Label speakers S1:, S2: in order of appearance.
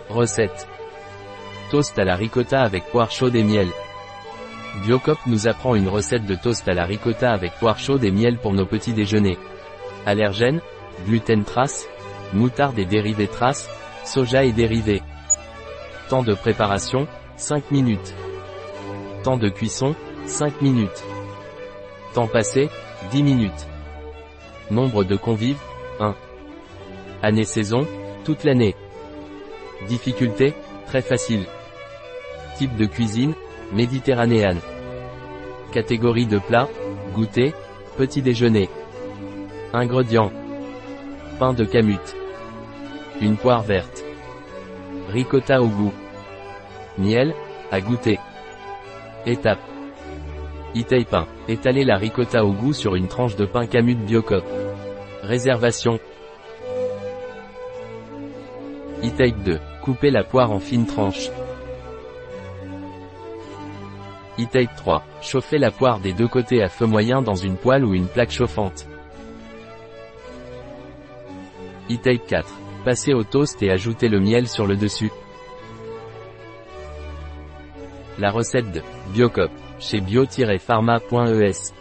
S1: Recette. Toast à la ricotta avec poire chaude et miel. Biocop nous apprend une recette de toast à la ricotta avec poire chaude et miel pour nos petits déjeuners. Allergènes, gluten trace, moutarde et dérivés trace, soja et dérivés. Temps de préparation, 5 minutes. Temps de cuisson, 5 minutes. Temps passé, 10 minutes. Nombre de convives, 1. Année-saison, toute l'année. Difficulté, très facile. Type de cuisine, méditerranéenne. Catégorie de plat, goûter, petit déjeuner. Ingrédients. Pain de camute. Une poire verte. Ricotta au goût. Miel, à goûter. Étape. E-tape pain. Étaler la ricotta au goût sur une tranche de pain camute Biocop. Réservation. E-tape 2. Couper la poire en fines tranches. E-tape 3. Chauffer la poire des deux côtés à feu moyen dans une poêle ou une plaque chauffante. E-tape 4. Passer au toast et ajouter le miel sur le dessus. La recette de Biocop, chez bio-pharma.es.